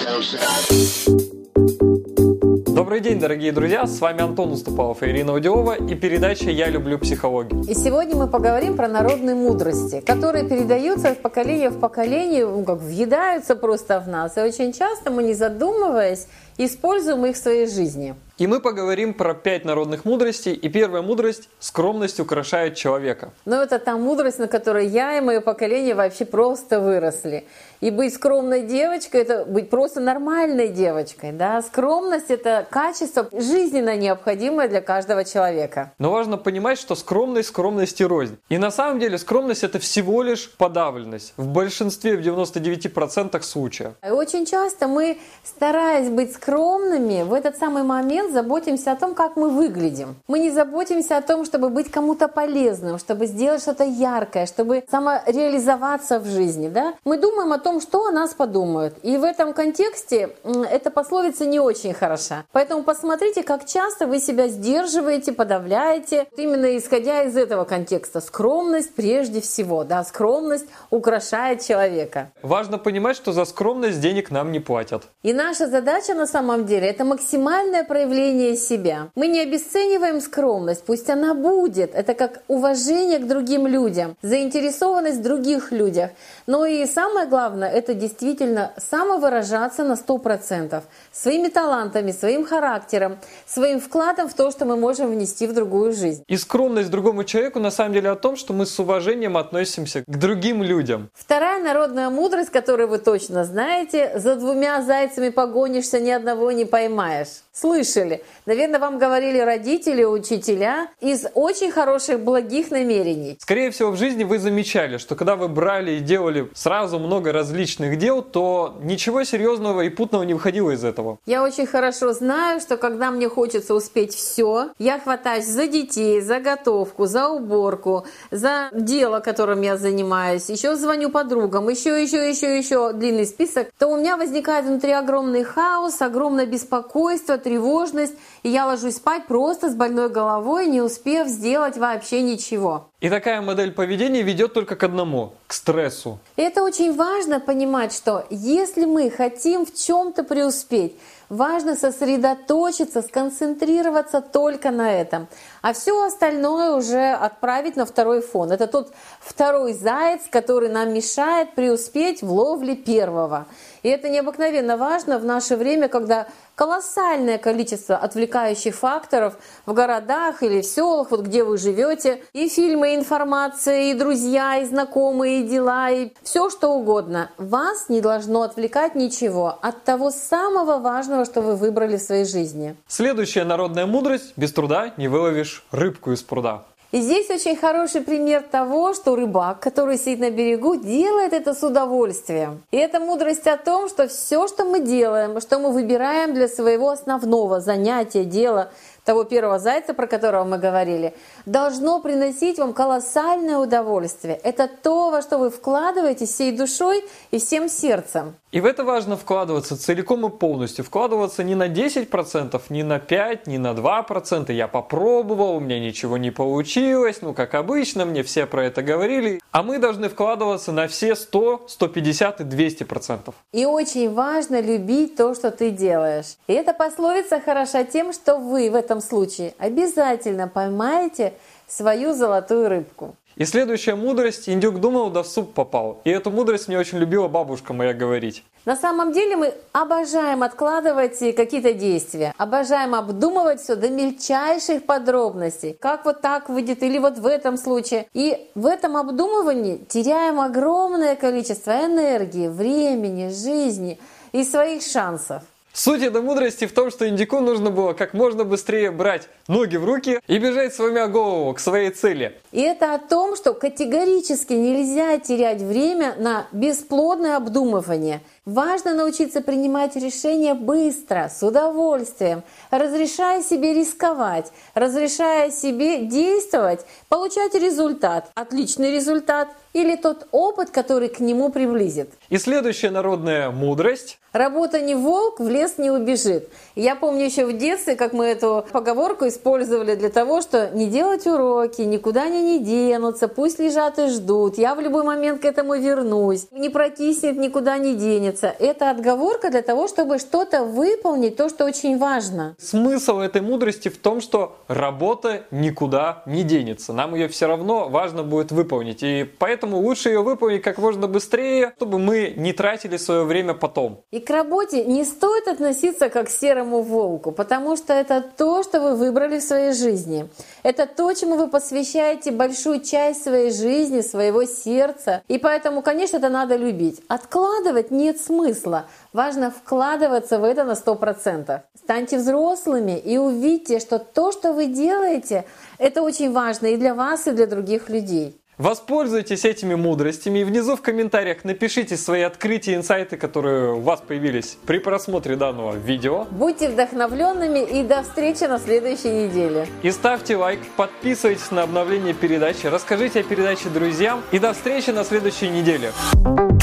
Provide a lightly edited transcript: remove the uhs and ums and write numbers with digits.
Добрый день, дорогие друзья! С вами Антон Уступалов и Ирина Удилова и передача «Я люблю психологию». И сегодня мы поговорим про народные мудрости, которые передаются от поколения в поколение, въедаются просто в нас. И очень часто мы, не задумываясь, используем их в своей жизни. И мы поговорим про 5 народных мудростей. И первая мудрость – скромность украшает человека. Но это та мудрость, на которой я и мое поколение вообще просто выросли. И быть скромной девочкой – это быть просто нормальной девочкой. Да? Скромность – это качество жизненно необходимое для каждого человека. Но важно понимать, что скромности рознь. И на самом деле скромность – это всего лишь подавленность. В большинстве, в 99% случаев. И очень часто мы, стараясь быть скромными, в этот самый момент заботимся о том, как мы выглядим. Мы не заботимся о том, чтобы быть кому-то полезным, чтобы сделать что-то яркое, чтобы самореализоваться в жизни. Да? Мы думаем о том, что о нас подумают. И в этом контексте эта пословица не очень хороша. Поэтому посмотрите, как часто вы себя сдерживаете, подавляете. Именно исходя из этого контекста. Скромность прежде всего. Да? Скромность украшает человека. Важно понимать, что за скромность денег нам не платят. И наша задача на самом деле – это максимальное проявление себя. Мы не обесцениваем скромность, пусть она будет. Это как уважение к другим людям, заинтересованность в других людях. Но и самое главное – это действительно самовыражаться на 100%. Своими талантами, своим характером, своим вкладом в то, что мы можем внести в другую жизнь. И скромность другому человеку на самом деле о том, что мы с уважением относимся к другим людям. Вторая народная мудрость, которую вы точно знаете: за 2 зайцами погонишься, ни одного не поймаешь. Слышали? Наверное, вам говорили родители, учителя из очень хороших, благих намерений. Скорее всего, в жизни вы замечали, что когда вы брали и делали сразу много различных дел, то ничего серьезного и путного не выходило из этого. Я очень хорошо знаю, что когда мне хочется успеть все, я хватаюсь за детей, за готовку, за уборку, за дело, которым я занимаюсь, еще звоню подругам, еще длинный список, то у меня возникает внутри огромный хаос, огромное беспокойство, тревожность, и я ложусь спать просто с больной головой, не успев сделать вообще ничего. И такая модель поведения ведет только к одному – к стрессу. И это очень важно понимать, что если мы хотим в чем-то преуспеть, важно сосредоточиться, сконцентрироваться только на этом. А все остальное уже отправить на второй фон. Это тот второй заяц, который нам мешает преуспеть в ловле первого. И это необыкновенно важно в наше время, когда колоссальное количество отвлекающих факторов в городах или в селах, вот где вы живете, и фильмы, и информация, и друзья, и знакомые, и дела, и все что угодно. Вас не должно отвлекать ничего от того самого важного, что вы выбрали в своей жизни. Следующая народная мудрость – без труда не выловишь рыбку из пруда. И здесь очень хороший пример того, что рыбак, который сидит на берегу, делает это с удовольствием. И это мудрость о том, что все, что мы делаем, что мы выбираем для своего основного занятия, дела, того первого зайца, про которого мы говорили, должно приносить вам колоссальное удовольствие. Это то, во что вы вкладываете всей душой и всем сердцем. И в это важно вкладываться целиком и полностью. Вкладываться не на 10%, не на 5%, не на 2%. Я попробовал, у меня ничего не получилось. Как обычно, мне все про это говорили. А мы должны вкладываться на все 100, 150 и 200%. И очень важно любить то, что ты делаешь. И эта пословица хороша тем, что вы в этом случае обязательно поймаете свою золотую рыбку. И следующая мудрость: индюк думал, да в суп попал. И эту мудрость мне очень любила бабушка моя говорить. На самом деле мы обожаем откладывать какие-то действия, обожаем обдумывать все до мельчайших подробностей. Как вот так выйдет или вот в этом случае. И в этом обдумывании теряем огромное количество энергии, времени, жизни и своих шансов. Суть этой мудрости в том, что индюку нужно было как можно быстрее брать ноги в руки и бежать, сломя голову, к своей цели. И это о том, что категорически нельзя терять время на бесплодное обдумывание. Важно научиться принимать решения быстро, с удовольствием, разрешая себе рисковать, разрешая себе действовать, получать результат, отличный результат или тот опыт, который к нему приблизит. И следующая народная мудрость. Работа не волк, в лес не убежит. Я помню еще в детстве, как мы эту поговорку использовали для того, что не делать уроки, никуда они не денутся, пусть лежат и ждут, я в любой момент к этому вернусь, не прокиснет, никуда не денется. денется. Это отговорка для того, чтобы что-то выполнить, то, что очень важно. Смысл этой мудрости в том, что работа никуда не денется. Нам ее все равно важно будет выполнить. И поэтому лучше ее выполнить как можно быстрее, чтобы мы не тратили свое время потом. И к работе не стоит относиться как к серому волку, потому что это то, что вы выбрали в своей жизни. Это то, чему вы посвящаете большую часть своей жизни, своего сердца. И поэтому, конечно, это надо любить. Откладывать нет смысла. Важно вкладываться в это на 100%. Станьте взрослыми и увидьте, что то, что вы делаете, это очень важно и для вас, и для других людей. Воспользуйтесь этими мудростями и внизу в комментариях напишите свои открытия и инсайты, которые у вас появились при просмотре данного видео. Будьте вдохновленными и до встречи на следующей неделе. И ставьте лайк, подписывайтесь на обновление передачи, расскажите о передаче друзьям и до встречи на следующей неделе.